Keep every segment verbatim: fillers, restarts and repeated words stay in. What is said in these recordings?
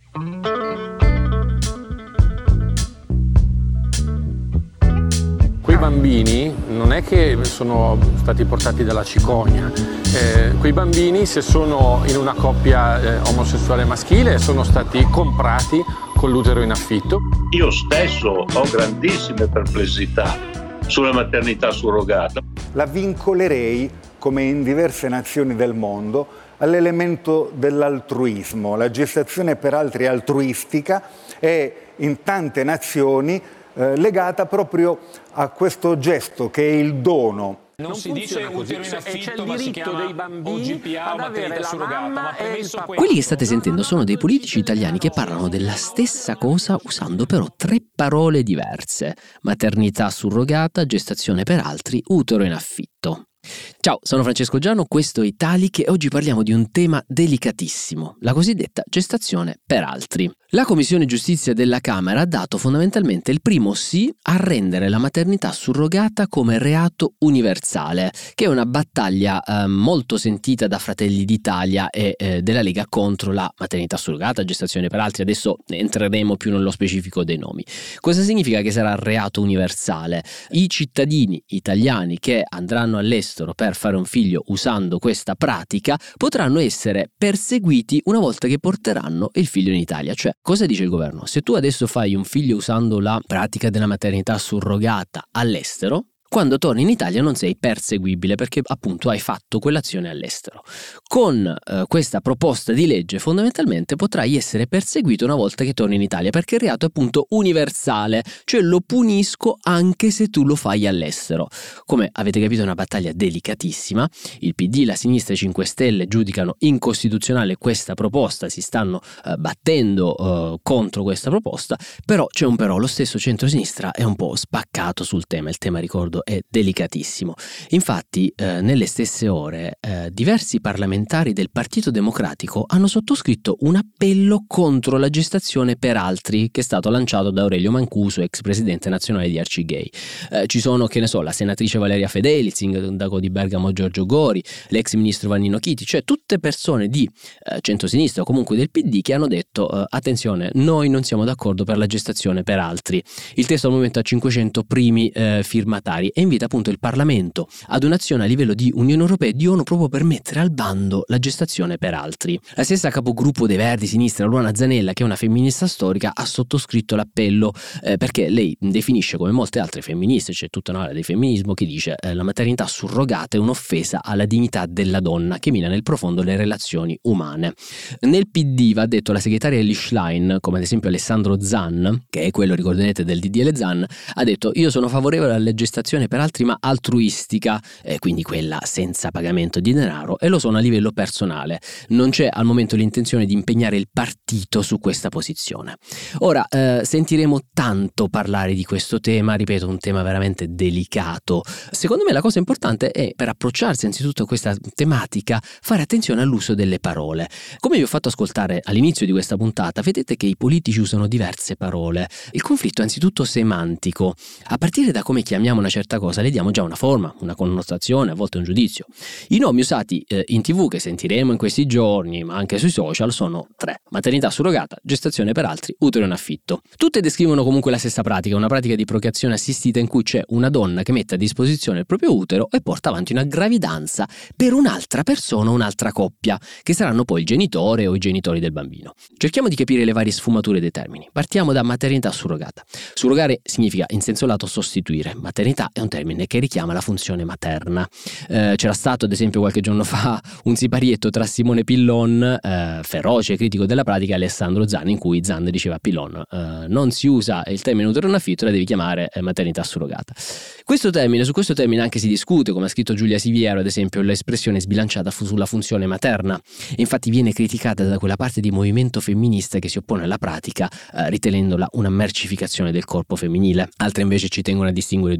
Quei bambini non è che sono stati portati dalla cicogna, eh, quei bambini, se sono in una coppia eh, omosessuale maschile, sono stati comprati con l'utero in affitto. Io stesso ho grandissime perplessità sulla maternità surrogata. La vincolerei, come in diverse nazioni del mondo, all'elemento dell'altruismo. La gestazione per altri altruistica è in tante nazioni eh, legata proprio a questo gesto che è il dono. Non, non si dice utero in affitto, ma si chiama dei bambini O G P A, maternità surrogata. Ma premesso questo... Quelli che state sentendo sono dei politici italiani che parlano della stessa cosa usando però tre parole diverse: maternità surrogata, gestazione per altri, utero in affitto. Ciao, sono Francesco Giano, questo è Italicche e oggi parliamo di un tema delicatissimo, la cosiddetta gestazione per altri. La Commissione Giustizia della Camera ha dato fondamentalmente il primo sì a rendere la maternità surrogata come reato universale, che è una battaglia eh, molto sentita da Fratelli d'Italia e eh, della Lega contro la maternità surrogata, gestazione per altri. Adesso entreremo più nello specifico dei nomi. Cosa significa che sarà reato universale? I cittadini italiani che andranno all'estero per fare un figlio usando questa pratica potranno essere perseguiti una volta che porteranno il figlio in Italia. Cioè, cosa dice il governo? Se tu adesso fai un figlio usando la pratica della maternità surrogata all'estero, quando torni in Italia non sei perseguibile perché appunto hai fatto quell'azione all'estero. Con eh, questa proposta di legge fondamentalmente potrai essere perseguito una volta che torni in Italia, perché il reato è appunto universale, cioè lo punisco anche se tu lo fai all'estero. Come avete capito è una battaglia delicatissima, il P D, la sinistra e i cinque Stelle giudicano incostituzionale questa proposta, si stanno eh, battendo eh, contro questa proposta, però c'è un però, lo stesso centro-sinistra è un po' spaccato sul tema, il tema ricordo è delicatissimo. Infatti eh, nelle stesse ore eh, diversi parlamentari del Partito Democratico hanno sottoscritto un appello contro la gestazione per altri che è stato lanciato da Aurelio Mancuso, ex presidente nazionale di Arcigay. Eh, ci sono, che ne so, la senatrice Valeria Fedeli, il sindaco di Bergamo Giorgio Gori, l'ex ministro Vannino Chiti, cioè tutte persone di eh, centrosinistra o comunque del P D che hanno detto eh, attenzione, noi non siamo d'accordo per la gestazione per altri. Il testo al momento ha cinquecento primi eh, firmatari e invita appunto il Parlamento ad un'azione a livello di Unione Europea e di ONU proprio per mettere al bando la gestazione per altri. La stessa capogruppo dei Verdi Sinistra, Luana Zanella, che è una femminista storica, ha sottoscritto l'appello eh, perché lei definisce, come molte altre femministe, c'è tutta un'area di femminismo che dice eh, la maternità surrogata è un'offesa alla dignità della donna che mina nel profondo le relazioni umane. Nel P D, va detto, la segretaria Elly Schlein, come ad esempio Alessandro Zan, che è quello, ricorderete, del D D L Zan, ha detto io sono favorevole alla gestazione per altri ma altruistica, eh, quindi quella senza pagamento di denaro, e lo sono a livello personale. Non c'è al momento l'intenzione di impegnare il partito su questa posizione. Ora eh, sentiremo tanto parlare di questo tema, ripeto, un tema veramente delicato. Secondo me la cosa importante è, per approcciarsi anzitutto a questa tematica, fare attenzione all'uso delle parole. Come vi ho fatto ascoltare all'inizio di questa puntata, vedete che i politici usano diverse parole. Il conflitto è anzitutto semantico. A partire da come chiamiamo una certa cosa le diamo già una forma, una connotazione, a volte un giudizio. I nomi usati eh, in tv che sentiremo in questi giorni, ma anche sui social, sono tre: maternità surrogata, gestazione per altri, utero in affitto. Tutte descrivono comunque la stessa pratica, una pratica di procreazione assistita in cui c'è una donna che mette a disposizione il proprio utero e porta avanti una gravidanza per un'altra persona, un'altra coppia, che saranno poi il genitore o i genitori del bambino. Cerchiamo di capire le varie sfumature dei termini. Partiamo da maternità surrogata. Surrogare significa in senso lato sostituire. Maternità è un termine che richiama la funzione materna. Eh, c'era stato ad esempio qualche giorno fa un siparietto tra Simone Pillon, eh, feroce critico della pratica, e Alessandro Zan, in cui Zan diceva a Pillon eh, non si usa il termine utero in affitto, la devi chiamare eh, maternità surrogata. Questo termine, su questo termine anche si discute, come ha scritto Giulia Siviero ad esempio, l'espressione sbilanciata fu sulla funzione materna, e infatti viene criticata da quella parte di movimento femminista che si oppone alla pratica eh, ritenendola una mercificazione del corpo femminile. Altre invece ci tengono a distinguere i due processi.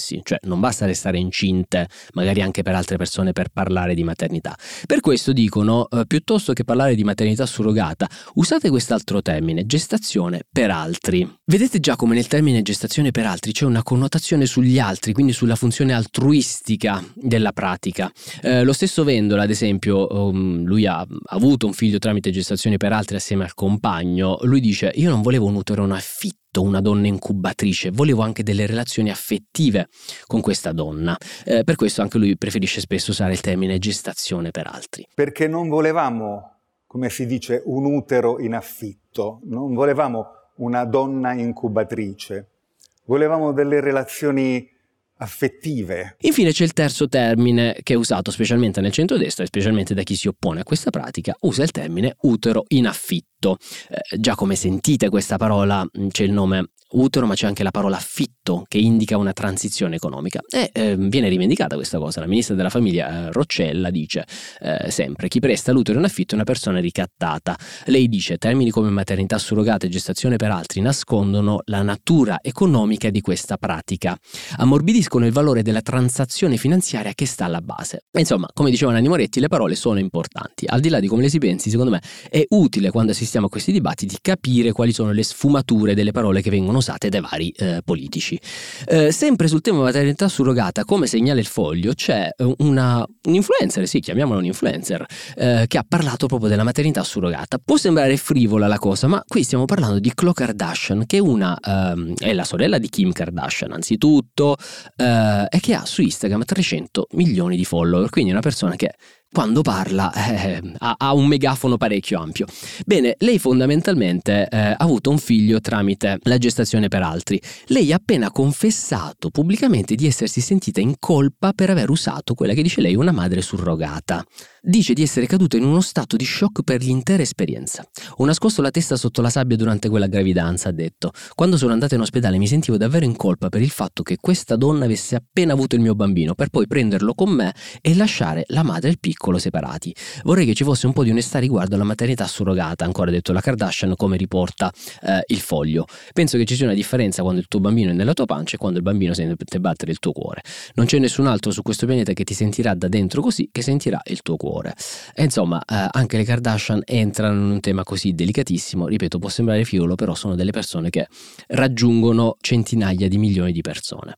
stessi, cioè non basta restare incinte, magari anche per altre persone, per parlare di maternità. Per questo dicono, eh, piuttosto che parlare di maternità surrogata, usate quest'altro termine, gestazione per altri. Vedete già come nel termine gestazione per altri c'è una connotazione sugli altri, quindi sulla funzione altruistica della pratica. Eh, lo stesso Vendola, ad esempio, um, lui ha avuto un figlio tramite gestazione per altri assieme al compagno. Lui dice: io non volevo un utero in affitto, una donna incubatrice, volevo anche delle relazioni affettive con questa donna. Eh, per questo anche lui preferisce spesso usare il termine gestazione per altri. Perché non volevamo, come si dice, un utero in affitto, non volevamo una donna incubatrice, volevamo delle relazioni affettive. Infine c'è il terzo termine che è usato specialmente nel centrodestra e specialmente da chi si oppone a questa pratica, usa il termine utero in affitto. Eh, già come sentite questa parola c'è il nome utero, ma c'è anche la parola affitto che indica una transizione economica e eh, viene rivendicata questa cosa. La ministra della famiglia eh, Roccella dice eh, sempre: chi presta l'utero in affitto è una persona ricattata. Lei dice: termini come maternità surrogata e gestazione per altri nascondono la natura economica di questa pratica, ammorbidiscono il valore della transazione finanziaria che sta alla base. E insomma, come diceva Nanni Moretti, le parole sono importanti. Al di là di come le si pensi, secondo me è utile, quando assistiamo a questi dibattiti, capire quali sono le sfumature delle parole che vengono usate dai vari eh, politici. Eh, sempre sul tema maternità surrogata, come segnala il Foglio, c'è una, un influencer, sì, chiamiamolo un influencer, eh, che ha parlato proprio della maternità surrogata. Può sembrare frivola la cosa, ma qui stiamo parlando di Khloe Kardashian, che è una ehm, è la sorella di Kim Kardashian anzitutto, eh, e che ha su Instagram trecento milioni di follower, quindi è una persona che quando parla eh, ha, ha un megafono parecchio ampio. Bene, lei fondamentalmente eh, ha avuto un figlio tramite la gestazione per altri. Lei ha appena confessato pubblicamente di essersi sentita in colpa per aver usato quella che dice lei una madre surrogata. Dice di essere caduta in uno stato di shock per l'intera esperienza. Ho nascosto la testa sotto la sabbia durante quella gravidanza, ha detto. Quando sono andata in ospedale mi sentivo davvero in colpa per il fatto che questa donna avesse appena avuto il mio bambino, per poi prenderlo con me e lasciare la madre e il piccolo separati. Vorrei che ci fosse un po' di onestà riguardo alla maternità surrogata, ancora detto la Kardashian, come riporta eh, il Foglio. Penso che ci sia una differenza quando il tuo bambino è nella tua pancia e quando il bambino sente battere il tuo cuore. Non c'è nessun altro su questo pianeta che ti sentirà da dentro così che sentirà il tuo cuore. E insomma, eh, anche le Kardashian entrano in un tema così delicatissimo. Ripeto, può sembrare frivolo, però sono delle persone che raggiungono centinaia di milioni di persone.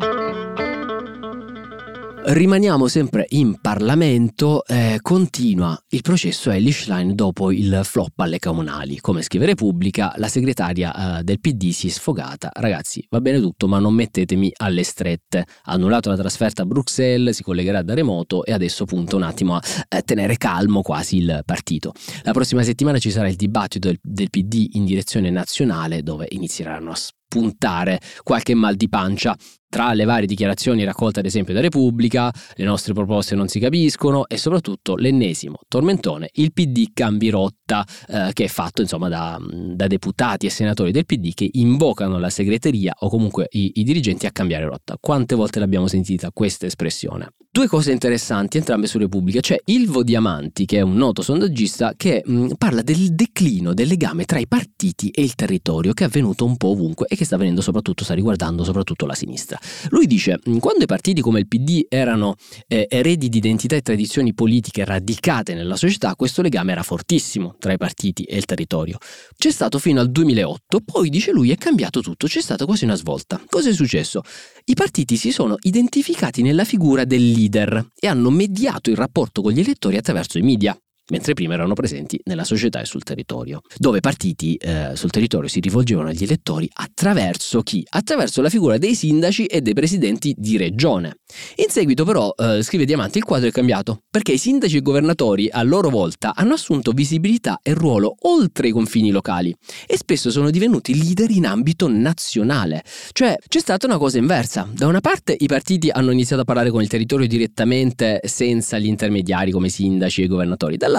Rimaniamo sempre in Parlamento, eh, continua il processo Elly Schlein dopo il flop alle comunali. Come scrive Repubblica, la segretaria eh, del P D si è sfogata: ragazzi, va bene tutto, ma non mettetemi alle strette. Ha annullato la trasferta a Bruxelles, si collegherà da remoto e adesso punta un attimo a eh, tenere calmo quasi il partito. La prossima settimana ci sarà il dibattito del, del P D in direzione nazionale, dove inizieranno a spuntare qualche mal di pancia. Tra le varie dichiarazioni raccolte ad esempio da Repubblica, le nostre proposte non si capiscono e soprattutto l'ennesimo tormentone, il P D cambi rotta, eh, che è fatto insomma da, da deputati e senatori del P D che invocano la segreteria o comunque i, i dirigenti a cambiare rotta. Quante volte l'abbiamo sentita questa espressione? Due cose interessanti, entrambe su Repubblica. C'è Ilvo Diamanti, che è un noto sondaggista, che mh, parla del declino del legame tra i partiti e il territorio, che è avvenuto un po' ovunque e che sta avvenendo soprattutto, sta riguardando soprattutto la sinistra. Lui dice: quando i partiti come il P D erano eh, eredi di identità e tradizioni politiche radicate nella società, questo legame era fortissimo tra i partiti e il territorio. C'è stato fino al duemilaotto, poi dice lui è cambiato tutto, c'è stata quasi una svolta. Cosa è successo? I partiti si sono identificati nella figura del leader e hanno mediato il rapporto con gli elettori attraverso i media, mentre prima erano presenti nella società e sul territorio, dove i partiti eh, sul territorio si rivolgevano agli elettori attraverso chi? Attraverso la figura dei sindaci e dei presidenti di regione. In seguito però, eh, scrive Diamanti, il quadro è cambiato, perché i sindaci e governatori a loro volta hanno assunto visibilità e ruolo oltre i confini locali e spesso sono divenuti leader in ambito nazionale. Cioè c'è stata una cosa inversa: da una parte i partiti hanno iniziato a parlare con il territorio direttamente senza gli intermediari come sindaci e governatori, dall'altra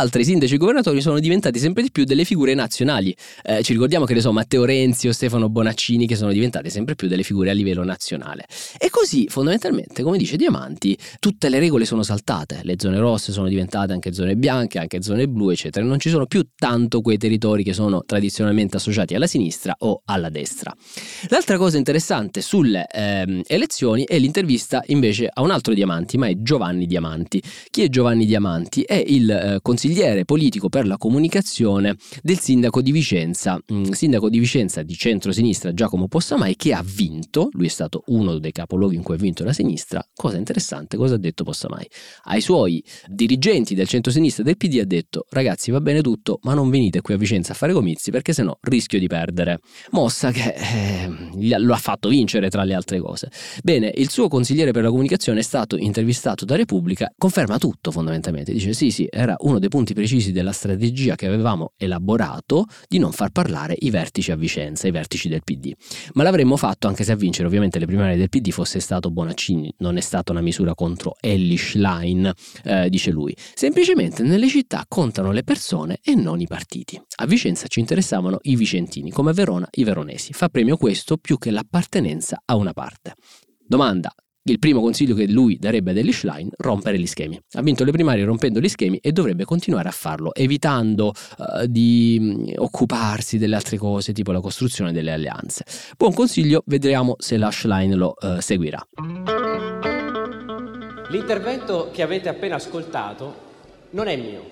dall'altra i sindaci e i governatori sono diventati sempre di più delle figure nazionali. Eh, ci ricordiamo che ne so, Matteo Renzi o Stefano Bonaccini, che sono diventate sempre più delle figure a livello nazionale. E così fondamentalmente, come dice Diamanti, tutte le regole sono saltate, le zone rosse sono diventate anche zone bianche, anche zone blu, eccetera. Non ci sono più tanto quei territori che sono tradizionalmente associati alla sinistra o alla destra. L'altra cosa interessante sulle ehm, elezioni è l'intervista invece a un altro Diamanti, ma è Giovanni Diamanti. Chi è Giovanni Diamanti? È il eh, consigliere politico per la comunicazione del sindaco di Vicenza, mh, sindaco di Vicenza di centrosinistra Giacomo Possamai, che ha vinto. Lui è stato uno dei capoluoghi in cui ha vinto la sinistra. Cosa interessante, cosa ha detto Possamai? Ai suoi dirigenti del centrosinistra del P D ha detto: ragazzi, va bene tutto, ma non venite qui a Vicenza a fare comizi perché sennò rischio di perdere. Mossa che eh, lo ha fatto vincere, tra le altre cose. Bene, il suo consigliere per la comunicazione è stato intervistato da Repubblica, conferma tutto fondamentalmente, dice sì sì, era uno dei punti precisi della strategia che avevamo elaborato di non far parlare i vertici a Vicenza, i vertici del P D, ma l'avremmo fatto anche se a vincere ovviamente le primarie del P D fosse stato Bonaccini, non è stata una misura contro Elly Schlein, eh, dice lui, semplicemente nelle città contano le persone e non i partiti. A Vicenza ci interessavano i vicentini, come a Verona i veronesi, fa premio questo più che l'appartenenza a una parte. Domanda: il primo consiglio che lui darebbe ad Elly Schlein: rompere gli schemi. Ha vinto le primarie rompendo gli schemi e dovrebbe continuare a farlo, evitando uh, di mh, occuparsi delle altre cose, tipo la costruzione delle alleanze. Buon consiglio, vedremo se la Schlein lo uh, seguirà. L'intervento che avete appena ascoltato non è mio.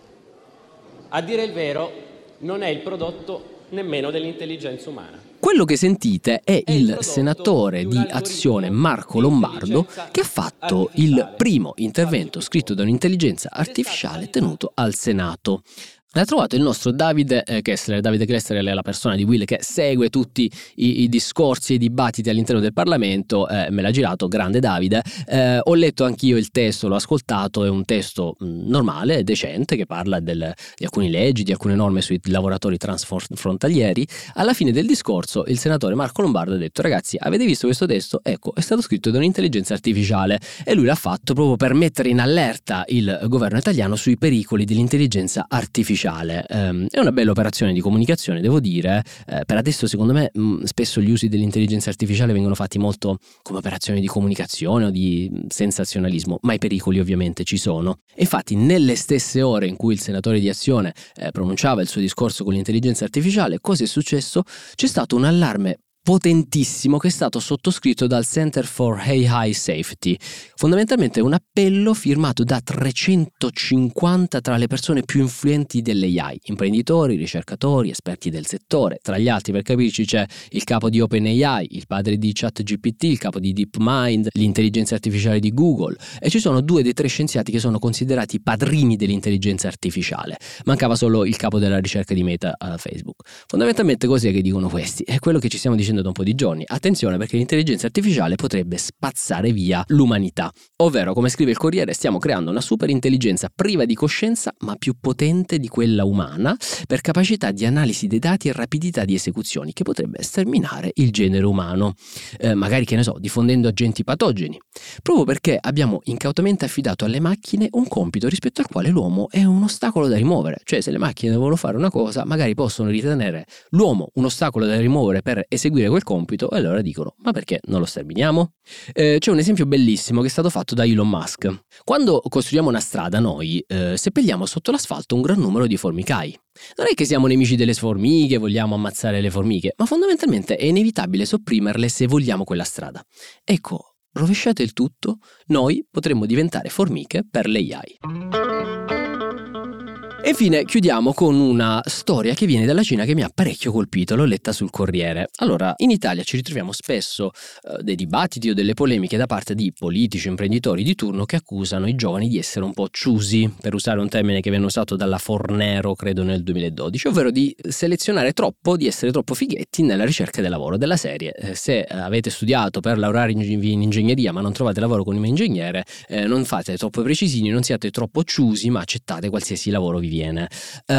A dire il vero, non è il prodotto nemmeno dell'intelligenza umana. Quello che sentite è il senatore di Azione Marco Lombardo, che ha fatto il primo intervento scritto da un'intelligenza artificiale tenuto al Senato. L'ha trovato il nostro Davide eh, Kessler. Davide Kessler è la persona di Will che segue tutti i, i discorsi e i dibattiti all'interno del Parlamento, eh, me l'ha girato, grande Davide. Eh, ho letto anch'io il testo, l'ho ascoltato, è un testo mh, normale, decente, che parla del, di alcune leggi, di alcune norme sui lavoratori transfrontalieri. Alla fine del discorso il senatore Marco Lombardo ha detto: ragazzi, avete visto questo testo? Ecco, è stato scritto da un'intelligenza artificiale, e lui l'ha fatto proprio per mettere in allerta il governo italiano sui pericoli dell'intelligenza artificiale. Um, è una bella operazione di comunicazione, devo dire. Uh, per adesso secondo me mh, spesso gli usi dell'intelligenza artificiale vengono fatti molto come operazioni di comunicazione o di sensazionalismo, ma i pericoli ovviamente ci sono. Infatti nelle stesse ore in cui il senatore di Azione eh, pronunciava il suo discorso con l'intelligenza artificiale, cosa è successo? C'è stato un allarme potentissimo che è stato sottoscritto dal Center for A I Safety. Fondamentalmente è un appello firmato da trecentocinquanta tra le persone più influenti dell'A I, imprenditori, ricercatori, esperti del settore. Tra gli altri, per capirci, c'è il capo di OpenAI, il padre di ChatGPT, il capo di DeepMind, l'intelligenza artificiale di Google, e ci sono due dei tre scienziati che sono considerati padrini dell'intelligenza artificiale. Mancava solo il capo della ricerca di Meta a Facebook. Fondamentalmente cos'è che dicono questi? È quello che ci stiamo dicendo da un po' di giorni. Attenzione, perché l'intelligenza artificiale potrebbe spazzare via l'umanità. Ovvero, come scrive il Corriere, stiamo creando una super intelligenza priva di coscienza ma più potente di quella umana per capacità di analisi dei dati e rapidità di esecuzioni, che potrebbe sterminare il genere umano, eh, magari, che ne so, diffondendo agenti patogeni, proprio perché abbiamo incautamente affidato alle macchine un compito rispetto al quale l'uomo è un ostacolo da rimuovere. Cioè, se le macchine devono fare una cosa, magari possono ritenere l'uomo un ostacolo da rimuovere per eseguire quel compito, e allora dicono: ma perché non lo sterminiamo? Eh, c'è un esempio bellissimo che è stato fatto da Elon Musk. Quando costruiamo una strada noi eh, seppelliamo sotto l'asfalto un gran numero di formicai. Non è che siamo nemici delle formiche, vogliamo ammazzare le formiche, ma fondamentalmente è inevitabile sopprimerle se vogliamo quella strada. Ecco, rovesciate il tutto, noi potremmo diventare formiche per l'A I. E infine chiudiamo con una storia che viene dalla Cina che mi ha parecchio colpito, l'ho letta sul Corriere. Allora, in Italia ci ritroviamo spesso eh, dei dibattiti o delle polemiche da parte di politici o imprenditori di turno che accusano i giovani di essere un po' choosy, per usare un termine che viene usato dalla Fornero, credo nel duemiladodici, ovvero di selezionare troppo, di essere troppo fighetti nella ricerca del lavoro, della serie. Eh, se avete studiato per laureare in, in ingegneria ma non trovate lavoro come ingegnere, eh, non fate troppo precisini, non siate troppo choosy, ma accettate qualsiasi lavoro vi diviene.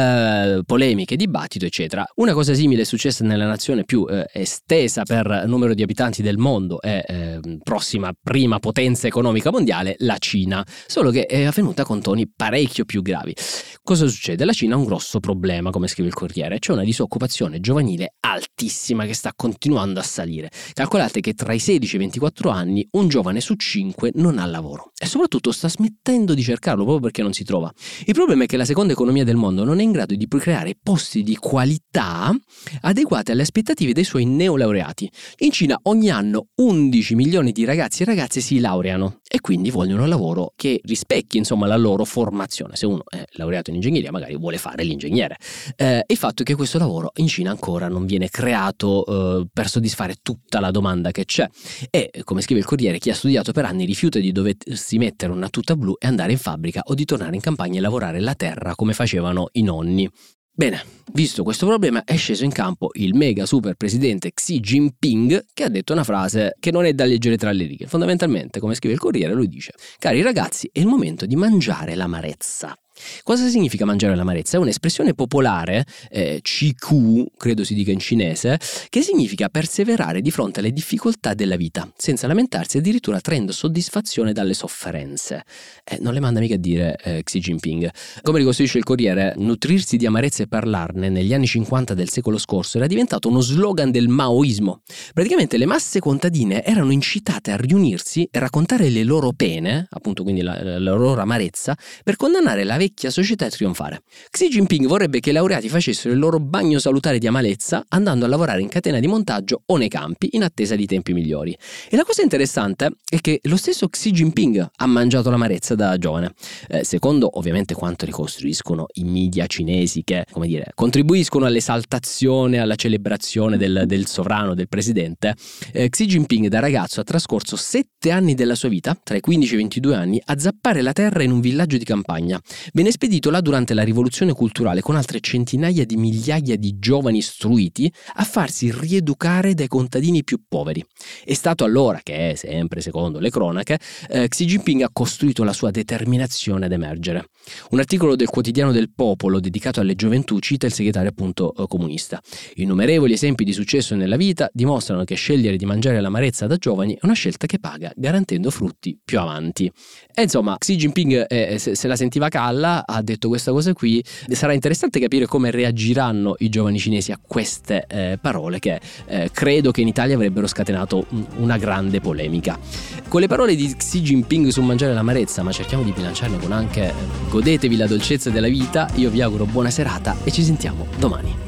Eh, polemiche, dibattito, eccetera. Una cosa simile è successa nella nazione più eh, estesa per numero di abitanti del mondo e eh, prossima prima potenza economica mondiale, la Cina, solo che è avvenuta con toni parecchio più gravi. Cosa succede? La Cina ha un grosso problema, come scrive il Corriere, c'è una disoccupazione giovanile altissima che sta continuando a salire. Calcolate che tra i sedici e i ventiquattro anni un giovane su cinque non ha lavoro e soprattutto sta smettendo di cercarlo proprio perché non si trova. Il problema è che la seconda economia del mondo non è in grado di creare posti di qualità adeguati alle aspettative dei suoi neolaureati. In Cina ogni anno undici milioni di ragazzi e ragazze si laureano e quindi vogliono un lavoro che rispecchi insomma la loro formazione. Se uno è laureato in ingegneria magari vuole fare l'ingegnere. Eh, il fatto è che questo lavoro in Cina ancora non viene creato eh, per soddisfare tutta la domanda che c'è e, come scrive il Corriere, chi ha studiato per anni rifiuta di doversi mettere una tuta blu e andare in fabbrica o di tornare in campagna e lavorare la terra come facevano i nonni. Bene, visto questo problema è sceso in campo il mega super presidente Xi Jinping, che ha detto una frase che non è da leggere tra le righe. Fondamentalmente, come scrive il Corriere, lui dice: cari ragazzi, è il momento di mangiare l'amarezza. Cosa significa mangiare l'amarezza? È un'espressione popolare, eh, Qi Ku, credo si dica in cinese, che significa perseverare di fronte alle difficoltà della vita, senza lamentarsi e addirittura traendo soddisfazione dalle sofferenze. Eh, non le manda mica a dire eh, Xi Jinping. Come ricostruisce il Corriere, nutrirsi di amarezza e parlarne negli anni cinquanta del secolo scorso era diventato uno slogan del maoismo. Praticamente le masse contadine erano incitate a riunirsi e raccontare le loro pene, appunto quindi la, la loro amarezza, per condannare la vecchia società a trionfare. Xi Jinping vorrebbe che i laureati facessero il loro bagno salutare di amarezza andando a lavorare in catena di montaggio o nei campi in attesa di tempi migliori. E la cosa interessante è che lo stesso Xi Jinping ha mangiato l'amarezza da giovane. Eh, secondo ovviamente quanto ricostruiscono i media cinesi che, come dire, contribuiscono all'esaltazione, alla celebrazione del, del sovrano, del presidente, eh, Xi Jinping da ragazzo ha trascorso sette anni della sua vita, tra i quindici e i ventidue anni, a zappare la terra in un villaggio di campagna. Venne spedito là durante la rivoluzione culturale con altre centinaia di migliaia di giovani istruiti a farsi rieducare dai contadini più poveri. È stato allora che, sempre secondo le cronache, eh, Xi Jinping ha costruito la sua determinazione ad emergere. Un articolo del quotidiano del Popolo dedicato alle gioventù cita il segretario appunto eh, comunista. Innumerevoli esempi di successo nella vita dimostrano che scegliere di mangiare l'amarezza da giovani è una scelta che paga, garantendo frutti più avanti. E insomma, Xi Jinping eh, se, se la sentiva calla, ha detto questa cosa qui. Sarà interessante capire come reagiranno i giovani cinesi a queste eh, parole che eh, credo che in Italia avrebbero scatenato un, una grande polemica. Con le parole di Xi Jinping su mangiare l'amarezza, ma cerchiamo di bilanciarne con anche eh, godetevi la dolcezza della vita, io vi auguro buona serata e ci sentiamo domani.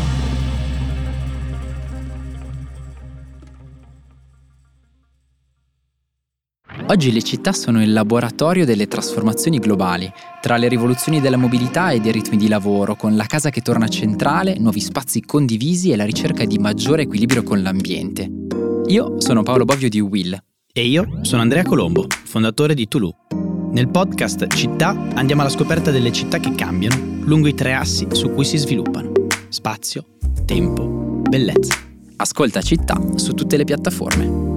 Oggi le città sono il laboratorio delle trasformazioni globali, tra le rivoluzioni della mobilità e dei ritmi di lavoro, con la casa che torna centrale, nuovi spazi condivisi e la ricerca di maggiore equilibrio con l'ambiente. Io sono Paolo Bovio di Will. E io sono Andrea Colombo, fondatore di Toulouse. Nel podcast Città andiamo alla scoperta delle città che cambiano lungo i tre assi su cui si sviluppano: spazio, tempo, bellezza. Ascolta Città su tutte le piattaforme.